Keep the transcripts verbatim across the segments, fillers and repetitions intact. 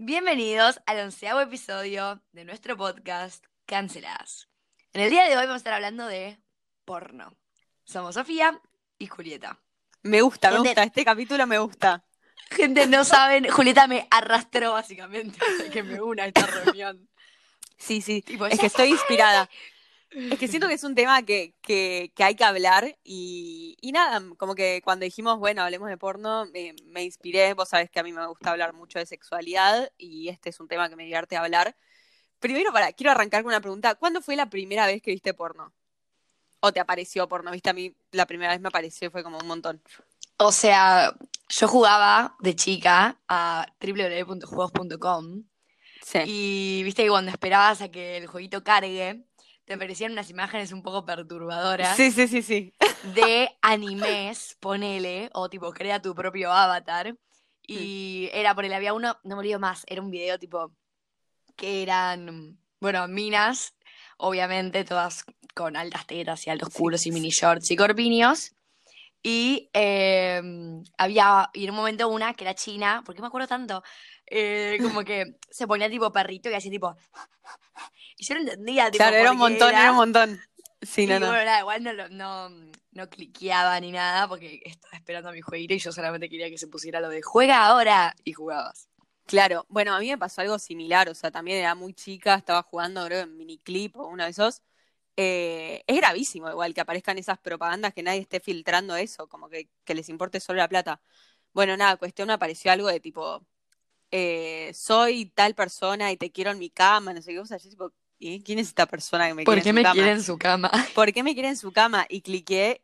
Bienvenidos al onceavo episodio de nuestro podcast Canceladas. En el día de hoy vamos a estar hablando de porno. Somos Sofía y Julieta. Me gusta, me Gente, gusta, este capítulo me gusta. gente, no saben, Julieta me arrastró básicamente para que me una a esta reunión. Sí, sí, Tipo, es ya que estoy se inspirada. Es que siento que es un tema que, que, que hay que hablar y, y nada, como que cuando dijimos, bueno, hablemos de porno, me, me inspiré. Vos sabés que a mí me gusta hablar mucho de sexualidad y este es un tema que me divierte hablar. Primero, para, quiero arrancar con una pregunta. ¿Cuándo fue la primera vez que viste porno? ¿O te apareció porno? Viste, a mí la primera vez me apareció y fue como un montón. O sea, yo jugaba de chica a w w w punto juegos punto com Sí. y viste que cuando esperabas a que el jueguito cargue, te aparecían unas imágenes un poco Sí, perturbadoras sí, sí, sí. de animes, ponele, o tipo crea tu propio avatar. Y era, por el había uno, no me olvido más, era un video tipo que eran, bueno, minas, obviamente, todas con altas tetas y altos Sí. culos y mini shorts y corpiños. Y eh, había, y en un momento una que era china, ¿por qué me acuerdo tanto? Eh, como que se ponía tipo perrito y hacía tipo. Y yo no entendía, tipo, Claro, era por un qué montón, era un era. montón. Sí, no, Y no. bueno, nada, igual no, lo- no, no cliqueaba ni nada porque estaba esperando a mi jueguito y yo solamente quería que se pusiera lo de juega ahora y jugabas. Claro, bueno, a mí me pasó algo similar, o sea, también era muy chica, estaba jugando, creo, en Miniclip o uno de esos. Eh, es gravísimo igual que aparezcan esas propagandas, que nadie esté filtrando eso, como que, que les importe solo la plata. Bueno, nada, cuestión apareció algo de tipo, eh, soy tal persona y te quiero en mi cama, no sé qué cosa. Yo tipo, ¿eh? ¿Quién es esta persona que me quiere ¿Por en qué su me quiere cama? en su cama? ¿Por qué me quiere en su cama? Y cliqué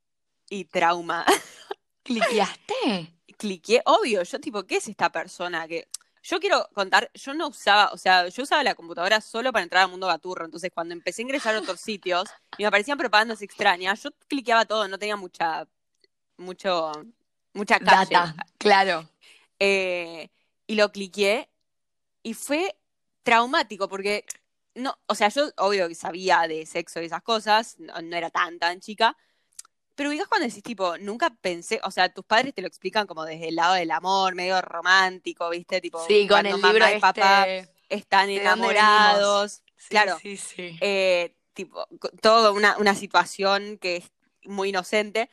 y trauma. ¿Cliqueaste? Cliqué, obvio, yo tipo, ¿qué es esta persona? Que yo quiero contar, yo no usaba, o sea, yo usaba la computadora solo para entrar al mundo gaturro, entonces cuando empecé a ingresar a otros sitios y me aparecían propagandas extrañas, yo cliqueaba todo, no tenía mucha, mucho, mucha calle. Data, claro. Eh, y lo cliqué y fue traumático porque, no, o sea, yo obvio que sabía de sexo y esas cosas, no, no era tan, tan chica, pero ubicás cuando decís, tipo, nunca pensé, o sea, tus padres te lo explican como desde el lado del amor, medio romántico, ¿viste? Tipo, Sí, con cuando el libro mamá y papá este, están ¿de dónde venimos? enamorados, Sí, claro, sí, sí. eh, tipo, co- toda una, una situación que es muy inocente,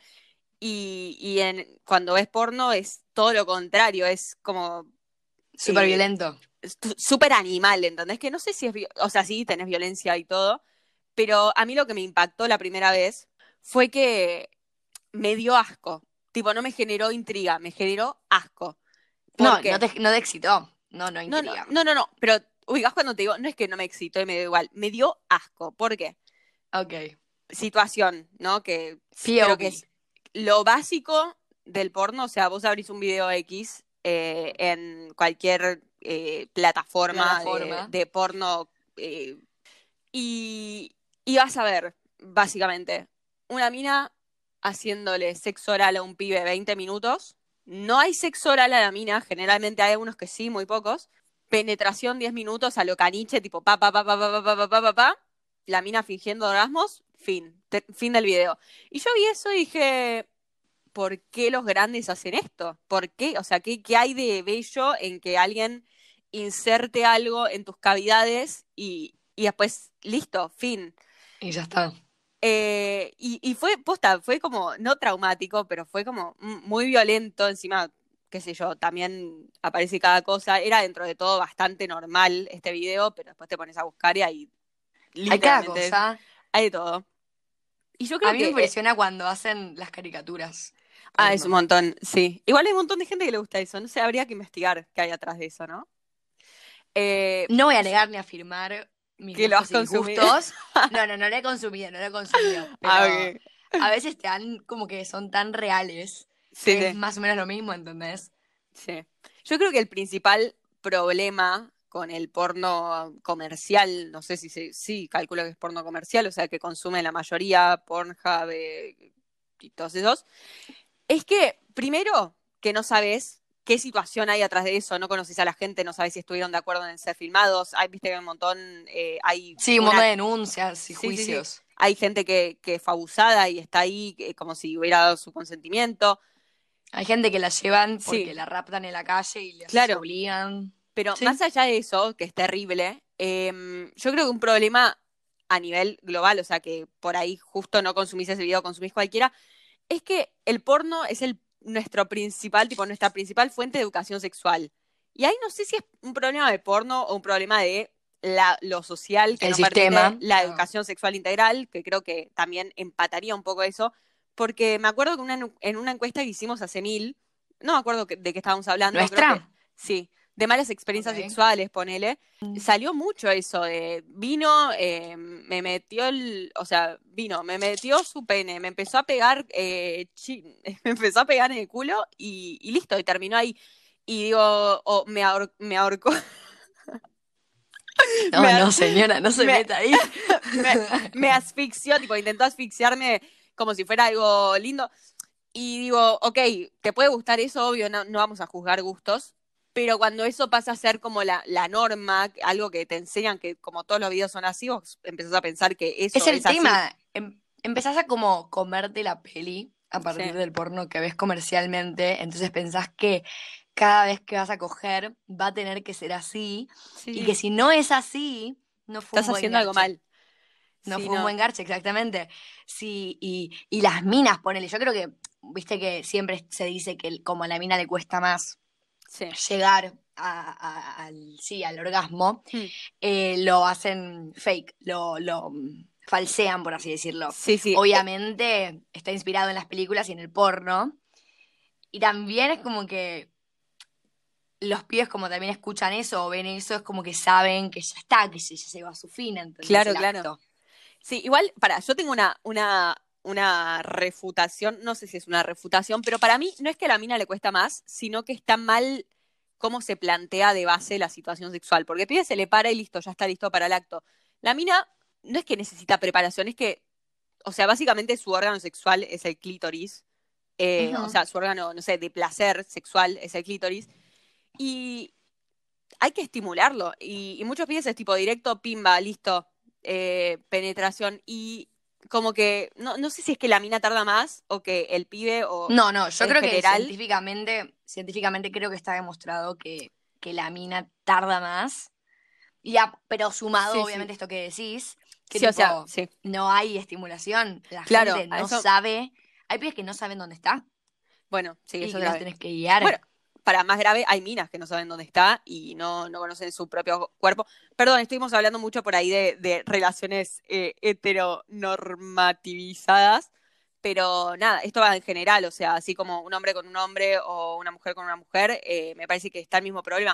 y, y en, cuando ves porno es todo lo contrario, es como Súper eh, violento. es tu- súper animal, ¿entendés? Que no sé si es, vi- o sea, sí, tenés violencia y todo, pero a mí lo que me impactó la primera vez fue que me dio asco. Tipo, no me generó intriga, me generó asco. ¿Por No, no qué? te, no te excitó. No, no No, no, intriga. no, no, no, pero ubicás cuando te digo, no es que no me excitó y me dio igual, me dio asco. ¿Por qué? Ok. Situación, ¿no? Que creo que P O V. es lo básico del porno, o sea, vos abrís un video X eh, en cualquier eh, plataforma de, Plataforma. de porno eh, y, y vas a ver, básicamente, una mina haciéndole sexo oral a un pibe veinte minutos. No hay sexo oral a la mina, generalmente hay algunos que sí, muy pocos. Penetración diez minutos a lo caniche, tipo pa, pa, pa, pa, pa, pa, pa, pa, pa, pa, pa. La mina fingiendo orgasmos, fin, te- fin del video. Y yo vi eso y dije, ¿por qué los grandes hacen esto? ¿Por qué? O sea, ¿qué, qué hay de bello en que alguien inserte algo en tus cavidades y, y después, listo, fin? Y ya está. Eh, y, y fue, posta, fue como, no traumático, pero fue como mm, muy violento, encima, qué sé yo, también aparece cada cosa. Era dentro de todo bastante normal este video, pero después te pones a buscar y hay Hay cada literalmente, cosa. hay de todo. Y yo A creo mí me que, eh, impresiona cuando hacen las caricaturas ah, es un porno. montón, sí. Igual hay un montón de gente que le gusta eso, no sé, habría que investigar qué hay atrás de eso, ¿no? Eh, No voy a negar ni a afirmar mis que lo has gustos y consumido. disgustos. No, no, no lo he consumido, no lo he consumido. Ah, Pero ok. a veces te dan como que son tan reales Sí, que es sí, más o menos lo mismo, ¿entendés? sí. Yo creo que el principal problema con el porno comercial, no sé si se, sí, calculo que es porno comercial, o sea, que consume la mayoría, Pornhub eh, y todos esos, es que primero que no sabes qué situación hay atrás de eso, no conoces a la gente, no sabes si estuvieron de acuerdo en ser filmados, hay, viste que hay un montón, eh, hay Sí, un montón una, de denuncias y sí, sí, sí, juicios. hay gente que, que fue abusada y está ahí eh, como si hubiera dado su consentimiento. Hay gente que la llevan porque Sí, la raptan en la calle y les claro, obligan. Pero Sí. más allá de eso, que es terrible, eh, yo creo que un problema a nivel global, o sea, que por ahí justo no consumís ese video, consumís cualquiera, es que el porno es el, nuestro principal, tipo, nuestra principal fuente de educación sexual. Y ahí no sé si es un problema de porno o un problema de la, lo social que El no permite sistema. la No. educación sexual integral, que creo que también empataría un poco eso, porque me acuerdo que una, en una encuesta que hicimos hace mil, no me acuerdo que- de qué estábamos hablando, creo que ¿Nuestra? sí, de malas experiencias Ok. sexuales, ponele, salió mucho eso de vino, eh, me metió el, o sea, vino, me metió su pene, me empezó a pegar, eh, chi- me empezó a pegar en el culo y, y listo, y terminó ahí. Y digo, o me, ahor- me ahorcó, me, No, no, señora, no se me, meta ahí. me, me asfixió, tipo, intentó asfixiarme como si fuera algo lindo. Y digo, ok, te puede gustar eso, obvio, no, no vamos a juzgar gustos, pero cuando eso pasa a ser como la, la norma, algo que te enseñan que como todos los videos son así, vos empezás a pensar que Es eso el es así. tema. Em- empezás a como comerte la peli a partir Sí, del porno que ves comercialmente, entonces pensás que cada vez que vas a coger va a tener que ser así sí, y que sí, si no es así, no fue estás un buen haciendo algo garche. mal. No Sí, fue un no, buen garche, exactamente. Sí, y, y las minas, ponele, yo creo que, viste que siempre se dice que el- como a la mina le cuesta más sí. llegar a- a- al, sí, al orgasmo, Hmm. eh, lo hacen fake, lo, lo mm, falsean, por así decirlo. Sí, sí, eh, Obviamente está inspirado en las películas y en el porno. Y también es como que los pibes como también escuchan eso o ven eso, es como que saben que ya está, que ya ya llegó a su fin, ¿entendés? claro, El claro. acto. Sí, igual, para, yo tengo una, una, una refutación, no sé si es una refutación, pero para mí no es que a la mina le cuesta más, sino que está mal cómo se plantea de base la situación sexual. Porque el pibe se le para y listo, ya está listo para el acto. La mina no es que necesita preparación, es que, o sea, básicamente su órgano sexual es el clítoris. Eh, o Ujú. sea, su órgano, no sé, de placer sexual es el clítoris. Y hay que estimularlo. Y, y muchos pibes es tipo directo, pimba, listo, eh, penetración. Y como que, no, no sé si es que la mina tarda más o que el pibe o No, no, yo en creo que general. científicamente, científicamente creo que está demostrado que, que la mina tarda más. Y a- pero sumado, Sí, sí. obviamente, esto que decís, que Sí, o sea, tipo, sí. no hay estimulación, la Claro, gente a no eso, sabe, hay pibes que no saben dónde está bueno, sí, eso y es los grave. tenés que Bueno, guiar. para más grave, hay minas que no saben dónde está y no, no conocen su propio cuerpo. Perdón, estuvimos hablando mucho por ahí de, de relaciones eh, heteronormativizadas, pero nada, esto va en general, o sea, así como un hombre con un hombre o una mujer con una mujer, eh, me parece que está el mismo problema.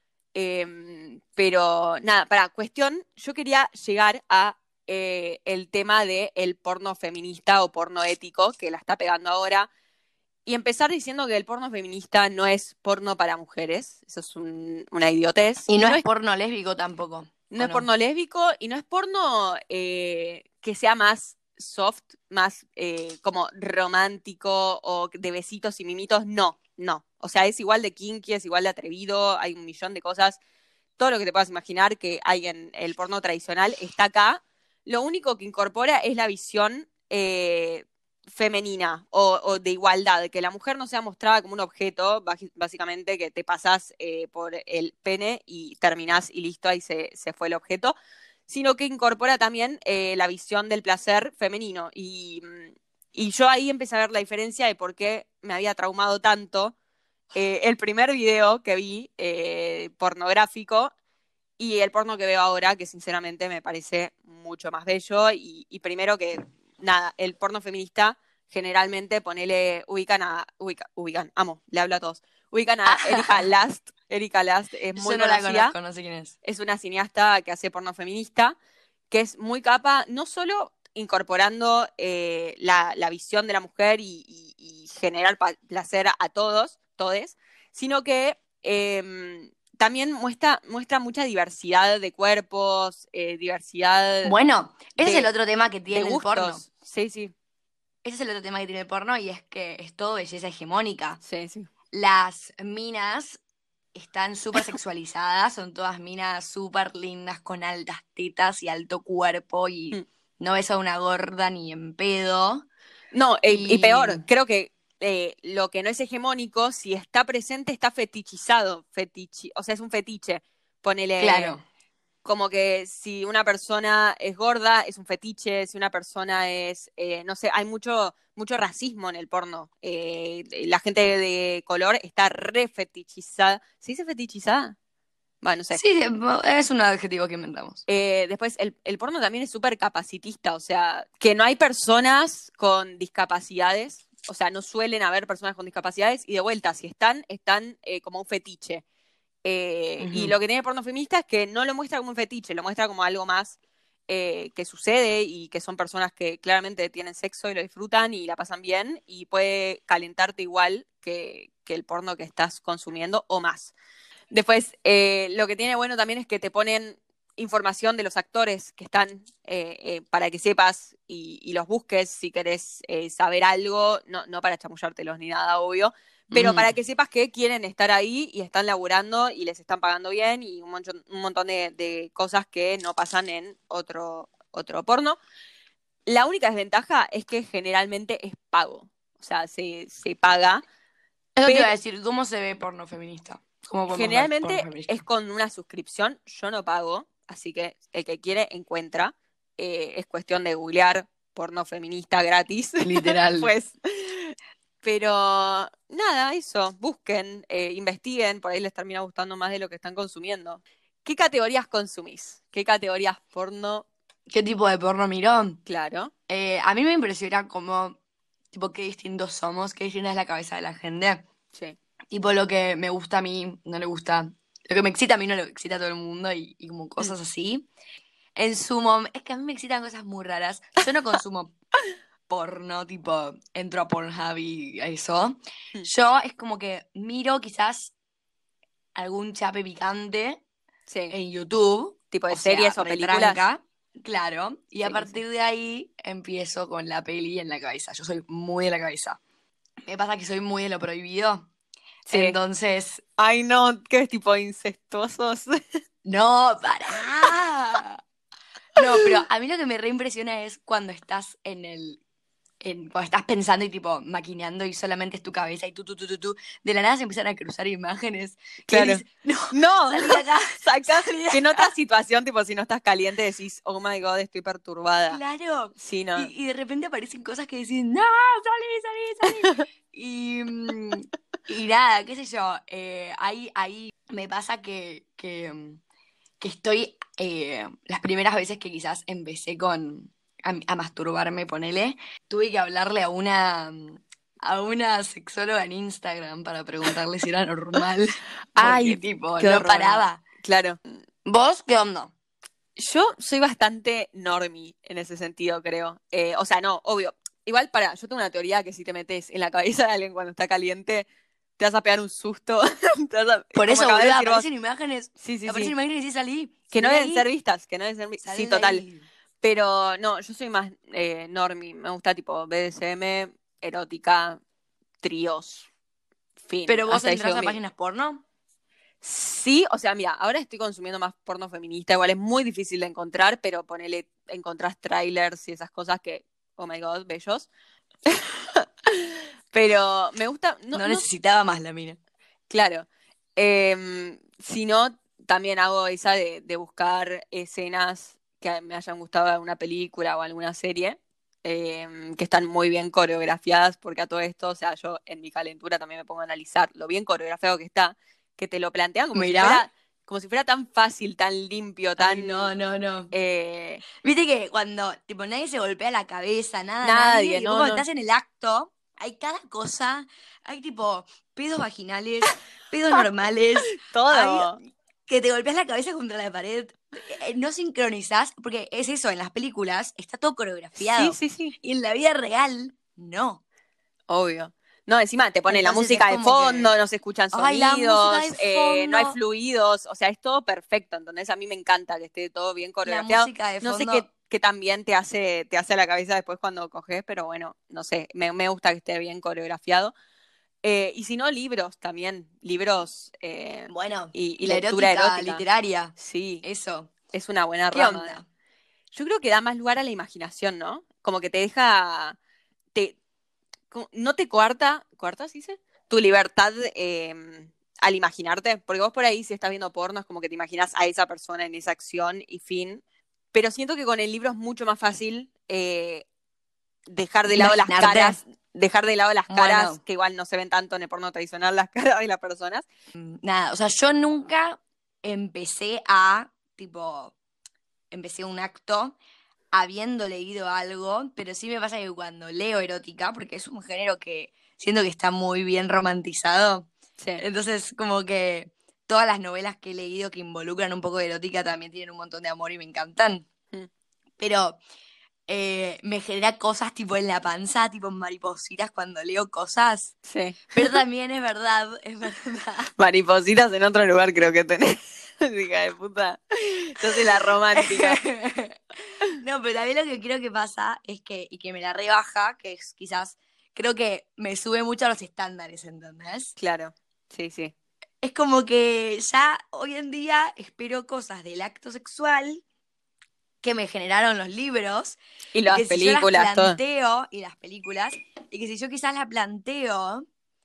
Eh, pero nada, para cuestión, yo quería llegar a eh, el tema del el porno feminista o porno ético que la está pegando ahora y empezar diciendo que el porno feminista no es porno para mujeres, eso es un- una idiotez, Y y no no es es, porno lésbico tampoco, no ¿o es no? porno lésbico y no es porno eh, que sea más soft, más eh, como romántico o de besitos y mimitos, no, no. O sea, es igual de kinky, es igual de atrevido, hay un millón de cosas, todo lo que te puedas imaginar que hay en el porno tradicional está acá. Lo único que incorpora es la visión eh, femenina o, o, de igualdad, que la mujer no sea mostrada como un objeto, básicamente que te pasas eh, por el pene y terminás y listo, ahí se, se fue el objeto, sino que incorpora también eh, la visión del placer femenino. Y, y yo ahí empecé a ver la diferencia de por qué me había traumado tanto eh, el primer video que vi eh, pornográfico y el porno que veo ahora, que sinceramente me parece mucho más bello. Y, y primero que nada, el porno feminista generalmente ponele, ubican a, ubica, ubican, amo, le hablo a todos, ubican a Erika Last. Erika Last es muy Yo no la conocida, conozco, no sé quién es. es una cineasta que hace porno feminista, que es muy capa, no solo incorporando eh, la, la, visión de la mujer y, y, y generar placer a todos, todes, sino que eh, también muestra, muestra mucha diversidad de cuerpos, eh, diversidad Bueno, ese es el de, otro tema que de tiene el porno. gustos. Sí, sí, Ese es el otro tema que tiene el porno y es que es todo belleza hegemónica. sí, sí. Las minas están súper sexualizadas, son todas minas súper lindas con altas tetas y alto cuerpo y Mm. no ves a una gorda ni en pedo. No, y, y Y peor, creo que eh, lo que no es hegemónico, si está presente, está fetichizado. Fetichi, o sea, es un fetiche. Ponele. Claro. Como que si una persona es gorda, es un fetiche, si una persona es, eh, no sé, hay mucho, mucho racismo en el porno. Eh, la gente de color está re fetichizada. ¿Se dice fetichizada? Bueno, no sé. Sí, es un adjetivo que inventamos. Eh, después, el, el porno también es súper capacitista, o sea, que no hay personas con discapacidades, o sea, no suelen haber personas con discapacidades, y de vuelta, si están, están eh, como un fetiche. Eh, Ujú. Y lo que tiene el porno feminista es que no lo muestra como un fetiche, lo muestra como algo más eh, que sucede y que son personas que claramente tienen sexo y lo disfrutan y la pasan bien y puede calentarte igual que, que el porno que estás consumiendo o más. Después, eh, lo que tiene bueno también es que te ponen información de los actores que están eh, eh, para que sepas y, y los busques si querés eh, saber algo, no, no para chamullártelos ni nada, obvio, pero Ujú. para que sepas que quieren estar ahí y están laburando y les están pagando bien y un montón, un montón de, de cosas que no pasan en otro, otro porno. La única desventaja es que generalmente es pago, o sea, se, se paga, Eso te iba pero a decir, ¿cómo se ve porno feminista? ¿Cómo podemos ver porno generalmente feminista? es con una suscripción, yo no pago, así que el que quiere encuentra. Eh, es cuestión de googlear porno feminista gratis, Literal. pues. Pero nada, eso, busquen, eh, investiguen, por ahí les termina gustando más de lo que están consumiendo. ¿Qué categorías consumís? ¿Qué categorías porno? ¿Qué tipo de porno miró? Claro, Eh, a mí me impresiona cómo, tipo, qué distintos somos, qué distinta es la cabeza de la gente. sí. Tipo, lo que me gusta a mí no le gusta. Lo que me excita a mí no le excita a todo el mundo y, y como Mm, cosas así. En su momento, es que a mí me excitan cosas muy raras. Yo no consumo porno, tipo, entro a Pornhub y eso. mm, Yo es como que miro quizás algún chape picante sí. en YouTube, Tipo de o sea, series o películas. retranca, claro, y a Sí, sí. partir de ahí empiezo con la peli en la cabeza. Yo soy muy de la cabeza. Me pasa que soy muy de lo prohibido. Sí. Entonces, Ay, no, ¿qué es tipo incestuosos? no, pará. No, pero a mí lo que me reimpresiona es cuando estás en el, en- cuando estás pensando y tipo maquineando y solamente es tu cabeza y tú, tú, tú, tú, tú, de la nada se empiezan a cruzar imágenes que Claro. decís, no, No, salí de acá, saca salí de que en otra acá. situación, tipo, si no estás caliente, decís, oh my god, estoy perturbada. Claro. Sí, Y, no. y de repente aparecen cosas que decís, no, salí, salí, salí. Y, mm, y nada, qué sé yo, eh, ahí, ahí me pasa que, que, mm, que estoy, eh, las primeras veces que quizás empecé con, a, a masturbarme, ponele, tuve que hablarle a una, mm, a una sexóloga en Instagram para preguntarle si era normal, porque Ay, tipo, qué no horror. paraba. Claro. ¿Vos qué onda? Yo soy bastante normie en ese sentido, creo. Eh, o sea, no, obvio. Igual, para, yo tengo una teoría que si te metes en la cabeza de alguien cuando está caliente, te vas a pegar un susto. Te vas a- Por como eso, acabas de boluda, decir vos. aparecen imágenes, Sí, sí, aparecen sí. imágenes y sí salí, Que no salí de deben ser ahí, vistas, que no deben ser vistas. Sí, salí de total. ahí. Pero no, yo soy más eh, normie. Me gusta tipo B D S M, erótica, tríos, fin. ¿Pero vos Hasta ahí entras llegó a mi. páginas porno? Sí, o sea, mira, ahora estoy consumiendo más porno feminista, igual es muy difícil de encontrar, pero ponele, encontrás trailers y esas cosas que, oh my god, bellos. Pero me gusta, no, No no, necesitaba más la mina. claro. Em, si no, también hago esa de, de buscar escenas que me hayan gustado de alguna película o alguna serie, em, que están muy bien coreografiadas, porque a todo esto, o sea, yo en mi calentura también me pongo a analizar lo bien coreografiado que está, que te lo plantean como si Mirá. fuera, como si fuera tan fácil, tan limpio, Ay, tan no, no, no. eh, Viste que cuando, tipo, nadie se golpea la cabeza, nada, nadie, nadie, y después no, cuando no, estás en el acto, hay cada cosa, hay tipo pedos vaginales, pedos normales, hay todo. que te golpeas la cabeza contra la pared, eh, no sincronizás, porque es eso, en las películas está todo Sí, coreografiado, sí, sí. y en la vida real, no. Obvio. No, encima te ponen la Entonces es música de como fondo, que, no se escuchan ay, la música sonidos, de eh, no hay fondo, fluidos, o sea, es todo perfecto, entonces a mí me encanta que esté todo bien la coreografiado. música de No sé fondo, qué, qué también te hace, te hace a la cabeza después cuando coges, pero bueno, no sé, me, me gusta que esté bien coreografiado. Eh, y si no, libros también, libros eh, bueno, y, y la lectura erótica erótica. literaria, Sí, eso. es una buena ¿Qué rama. de- onda? Yo creo que da más lugar a la imaginación, ¿no? Como que te deja, te, como- no te coarta, ¿coarta se dice? Tu libertad eh, al imaginarte, porque vos por ahí si estás viendo porno es como que te imaginas a esa persona en esa acción y fin, pero siento que con el libro es mucho más fácil eh, dejar de lado las Imaginarte. caras, dejar de lado las caras, Bueno, que igual no se ven tanto en el porno tradicional las caras de las personas. mm, nada, o sea, yo nunca empecé a, tipo, empecé un acto habiendo leído algo, pero sí me pasa que cuando leo erótica, porque es un género que siento que está muy bien romantizado, Sí. entonces como que todas las novelas que he leído que involucran un poco de erótica también tienen un montón de amor y me encantan. Mm. Pero eh, me genera cosas tipo en la panza, tipo maripositas cuando leo cosas. Sí. Pero también es verdad, es verdad. Maripositas en otro lugar creo que tenés. Hija de puta. Yo soy la romántica. No, pero también lo que creo que pasa es que, y que me la rebaja, que es quizás, creo que me sube mucho a los estándares, ¿entendés? Claro. Sí, sí. Es como que ya hoy en día espero cosas del acto sexual que me generaron los libros Y y las que si yo las películas, todo. planteo, y las películas, y que si yo quizás la planteo,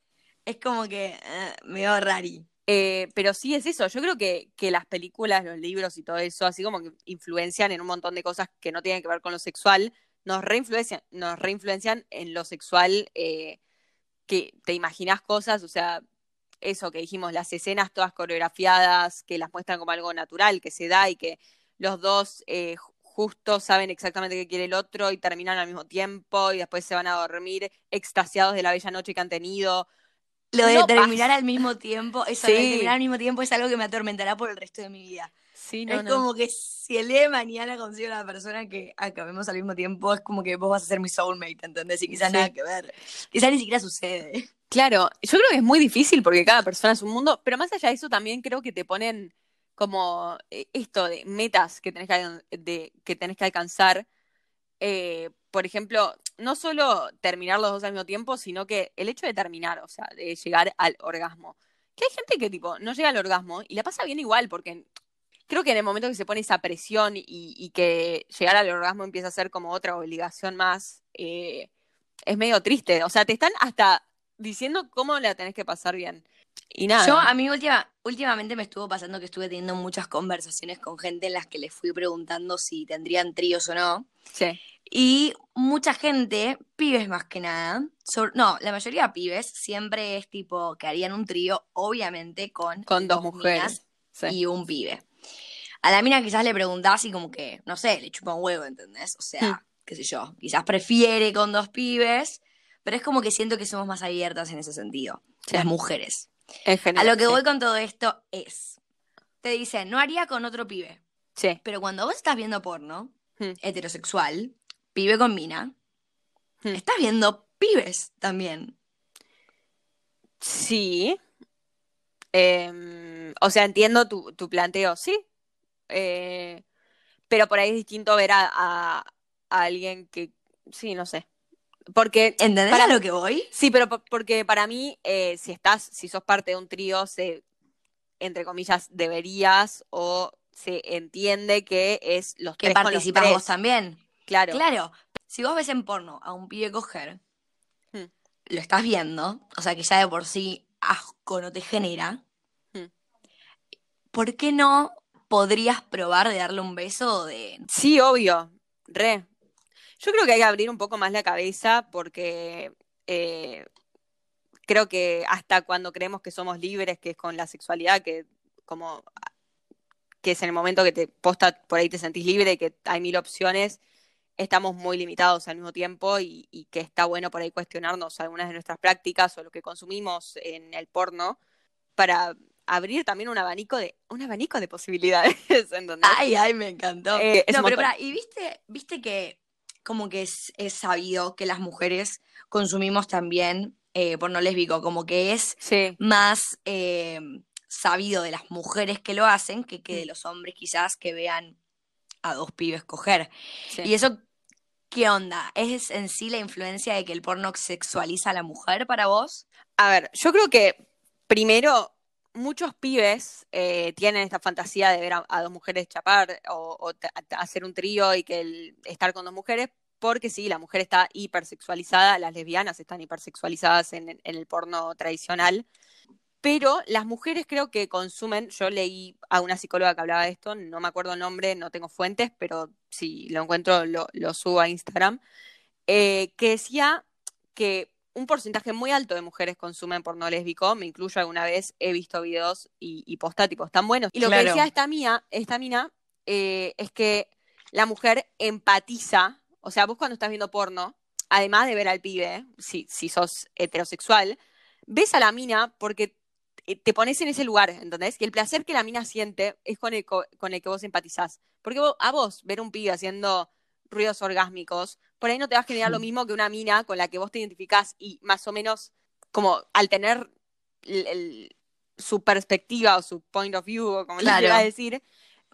es como que eh, me veo rari. Eh, pero sí es eso, yo creo que, que las películas, los libros y todo eso, así como que influencian en un montón de cosas que no tienen que ver con lo sexual, nos reinfluencian, nos reinfluencian en lo sexual, eh, que te imaginas cosas, o sea, eso que dijimos, las escenas todas coreografiadas, que las muestran como algo natural, que se da y que los dos eh, justo saben exactamente qué quiere el otro y terminan al mismo tiempo y después se van a dormir extasiados de la bella noche que han tenido. Lo de No terminar pasa. al mismo tiempo, eso, lo de terminar Sí, al mismo tiempo es algo que me atormentará por el resto de mi vida. sí, no, Es no. como que si el día de mañana consigo una persona que acabemos al mismo tiempo, es como que vos vas a ser mi soulmate, ¿entendés? Y quizás nada Sí. que ver. Quizás ni siquiera sucede. Claro, yo creo que es muy difícil porque cada persona es un mundo, pero más allá de eso también creo que te ponen como eh, esto de metas que tenés que, alcan- de, que tenés que alcanzar. Eh, por ejemplo, no solo terminar los dos al mismo tiempo, sino que el hecho de terminar, o sea, de llegar al orgasmo. Que hay gente que tipo no llega al orgasmo y la pasa bien igual, porque creo que en el momento que se pone esa presión y, y que llegar al orgasmo empieza a ser como otra obligación más, eh, es medio triste. O sea, te están hasta diciendo cómo la tenés que pasar bien. Y Yo, nada, a mí última, últimamente me estuvo pasando que estuve teniendo muchas conversaciones con gente en las que les fui preguntando si tendrían tríos o no. sí, Y mucha gente, pibes más que nada, sobre- no, la mayoría pibes, siempre es tipo que harían un trío, obviamente, con con dos dos mujeres. minas Sí. y un pibe. A la mina quizás le preguntás y como que, no sé, le chupa un huevo, ¿entendés? O Hmm, sea, qué sé yo, quizás prefiere con dos pibes, pero es como que siento que somos más abiertas en ese sentido, las sí, mujeres. en A general, lo que sí. voy con todo esto es, te dicen, no haría con otro pibe, Sí. pero cuando vos estás viendo porno, Hmm, heterosexual, pibe con mina, hmm. estás viendo pibes también. Sí. Eh, o sea, entiendo tu, tu planteo, sí. Eh, pero por ahí es distinto ver a, a- a alguien que, sí, no sé. Porque ¿Entendés a para, lo que voy? sí, pero po- porque para mí, eh, si estás, si sos parte de un trío, se, entre comillas, deberías o se entiende que es los Que tres con los participás vos tres. también. Claro. Claro, si vos ves en porno a un pibe coger, Hmm, lo estás viendo, o sea que ya de por sí asco no te genera, hmm. ¿por qué no podrías probar de darle un beso o de... Sí, obvio. Re. Yo creo que hay que abrir un poco más la cabeza porque eh, creo que hasta cuando creemos que somos libres, que es con la sexualidad, que como que es en el momento que te posta por ahí te sentís libre y que hay mil opciones, estamos muy limitados al mismo tiempo y, y que está bueno por ahí cuestionarnos algunas de nuestras prácticas o lo que consumimos en el porno para abrir también un abanico de un abanico de posibilidades, ¿entendés? Ay, ay, me encantó. Eh, es un No, pero montón. pará, y viste, viste que como que es, es sabido que las mujeres consumimos también eh, porno lésbico, como que es Sí. más eh, sabido de las mujeres que lo hacen que, que Mm, de los hombres quizás que vean a dos pibes coger. sí. ¿Y eso qué onda? ¿Es en sí la influencia de que el porno sexualiza a la mujer para vos? A ver, yo creo que primero muchos pibes eh, tienen esta fantasía de ver a, a dos mujeres chapar o, o t- a- hacer un trío y que el, estar con dos mujeres porque sí, la mujer está hipersexualizada, las lesbianas están hipersexualizadas en, en el porno tradicional, pero las mujeres creo que consumen, yo leí a una psicóloga que hablaba de esto, no me acuerdo el nombre, no tengo fuentes, pero si lo encuentro lo, lo subo a Instagram, eh, que decía que un porcentaje muy alto de mujeres consumen porno lésbico, me incluyo alguna vez, he visto videos y, y posta, tipo, están buenos. Y lo Claro. que decía esta, mía, esta mina eh, es que la mujer empatiza, o sea, vos cuando estás viendo porno, además de ver al pibe, si, si sos heterosexual, ves a la mina porque te pones en ese lugar, ¿entendés? Y el placer que la mina siente es con el, co- con el que vos empatizás. Porque vos, a vos, ver un pibe haciendo ruidos orgásmicos, por ahí no te va a generar lo mismo que una mina con la que vos te identificás y más o menos, como al tener el, el, su perspectiva o su point of view, o como Claro. le quieras decir,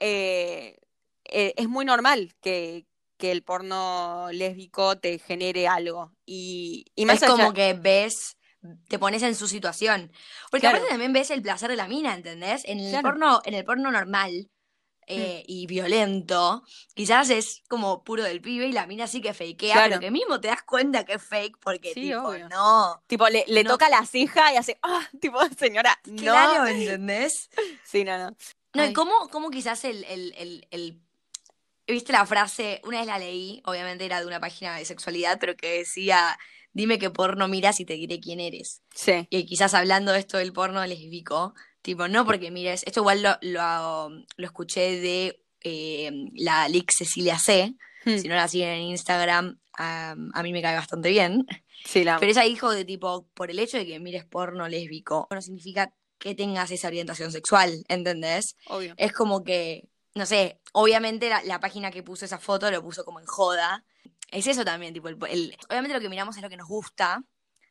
eh, eh, es muy normal que, que el porno lésbico te genere algo. Y, y más Es allá, como que ves, te pones en su situación. Porque Claro. aparte también ves el placer de la mina, ¿entendés? En el Claro. porno, en el porno normal eh, y violento, quizás es como puro del pibe y la mina sí que fakea, Claro. pero que mismo te das cuenta que es fake porque Sí, tipo, obvio. no. Tipo, le, le No. toca la ceja y hace, ah, tipo, señora, no. Claro, ¿entendés? Sí, no, no. No, Ay. y cómo, cómo quizás el, el, el, el- ¿Viste la frase? Una vez la leí, obviamente era de una página de sexualidad, pero que decía, dime qué porno miras y te diré quién eres. Sí. Y quizás hablando de esto del porno lésbico, tipo, no porque mires, esto igual lo, lo, lo escuché de eh, la Lick Cecilia C, Hmm. si no la siguen en Instagram, a, a mí me cae bastante bien. Sí, la amo. Pero ella dijo de tipo, por el hecho de que mires porno lésbico, no significa que tengas esa orientación sexual, ¿entendés? Obvio. Es como que, no sé, obviamente la, la página que puso esa foto lo puso como en joda. Es eso también, tipo, el, el- obviamente lo que miramos es lo que nos gusta,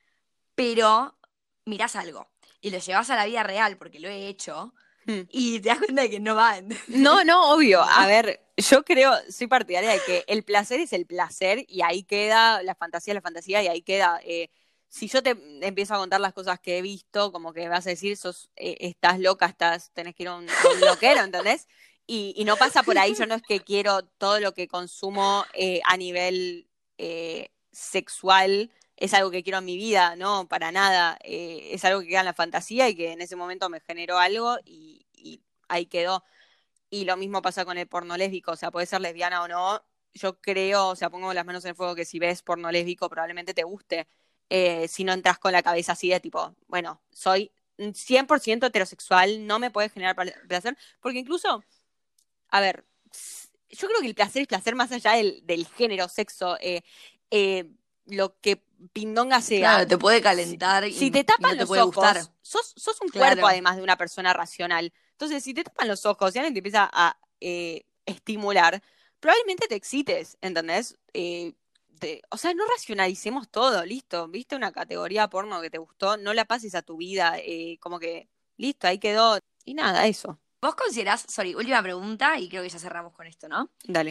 pero mirás algo y lo llevas a la vida real, porque lo he hecho, Hmm. y te das cuenta de que no va. ¿entendés? No, no, obvio. ¿No? A ver, yo creo, soy partidaria de que el placer es el placer y ahí queda, la fantasía es la fantasía y ahí queda. Eh, si yo te empiezo a contar las cosas que he visto, como que vas a decir, sos, eh, estás loca, estás, tenés que ir a un, a un loquero, ¿entendés? Y, y no pasa por ahí, yo no es que quiero todo lo que consumo eh, a nivel eh, sexual, es algo que quiero en mi vida, no, para nada. Eh, es algo que queda en la fantasía y que en ese momento me generó algo y, y ahí quedó. Y lo mismo pasa con el porno lésbico, o sea, puede ser lesbiana o no. Yo creo, o sea, pongo las manos en el fuego que si ves porno lésbico probablemente te guste. Eh, si no entras con la cabeza así de tipo, bueno, soy cien por ciento heterosexual, no me puede generar placer. Porque incluso, a ver, yo creo que el placer es placer más allá del, del género, sexo. Eh, eh, lo que Pindonga sea. Claro, te puede calentar Si, y, si te y tapan no te los puede ojos, gustar. sos, sos un Claro. cuerpo además de una persona racional. Entonces, si te tapan los ojos y alguien te empieza a eh, estimular, probablemente te excites, ¿entendés? Eh, te- o sea, no racionalicemos todo, listo. ¿Viste una categoría porno que te gustó? No la pases a tu vida, eh, como que, listo, ahí quedó. Y nada, eso. ¿Vos considerás, sorry, última pregunta y creo que ya cerramos con esto, ¿no? Dale.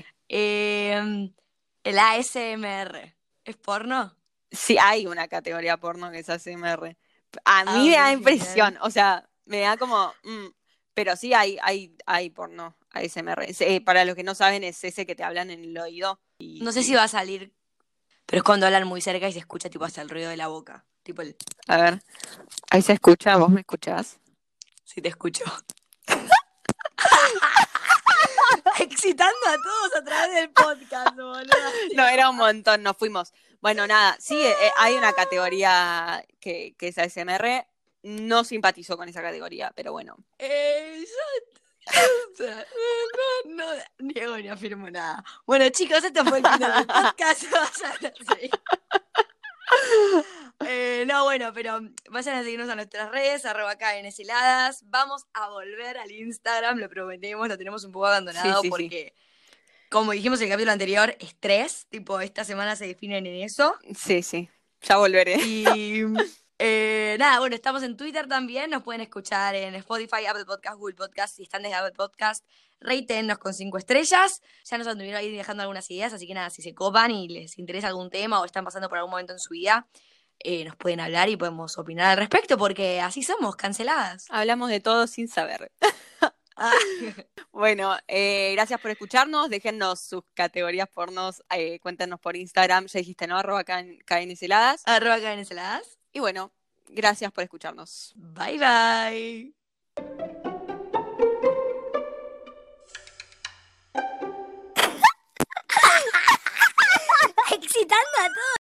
Eh, el A S M R, ¿es porno? Sí, hay una categoría porno que es A S M R. A mí Ah, me ok, da genial. impresión, o sea, me da como... mm, pero sí hay, hay, hay porno A S M R. Eh, para los que no saben, es ese que te hablan en el oído. Y, No sé y- si va a salir, pero es cuando hablan muy cerca y se escucha tipo hasta el ruido de la boca. Tipo el, A ver, ahí se escucha, ¿vos me escuchás? si te escucho. Excitando a todos a través del podcast, boludo. No, era un montón, nos fuimos. Bueno, nada, sí, eh, hay una categoría que, que es A S M R. No simpatizo con esa categoría, pero bueno. Eh, yo- no, no, no niego ni afirmo nada. Bueno, chicos, esto fue el final del podcast. Vayan a seguir. Eh, no, bueno, pero vayan a seguirnos a nuestras redes, arroba acá en heladas. Vamos a volver al Instagram, lo prometemos, lo tenemos un poco abandonado Sí, sí, sí. porque, como dijimos en el capítulo anterior, estrés, tipo, esta semana se definen en eso. Sí, sí, ya volveré. Y eh, nada, bueno, estamos en Twitter también, nos pueden escuchar en Spotify, Apple Podcast, Google Podcast, si están desde Apple Podcast, ratennos con cinco estrellas. Ya nos anduvieron ahí dejando algunas ideas, así que nada, si se copan y les interesa algún tema o están pasando por algún momento en su vida, eh, nos pueden hablar y podemos opinar al respecto, porque así somos, canceladas. Hablamos de todo sin saber. Ah. Bueno, eh, gracias por escucharnos. Déjennos sus categorías pornos. Eh, cuéntenos por Instagram. Ya dijiste, ¿no? Arroba cadenceladas. Arroba cadenceladas. Y bueno, gracias por escucharnos. Bye bye.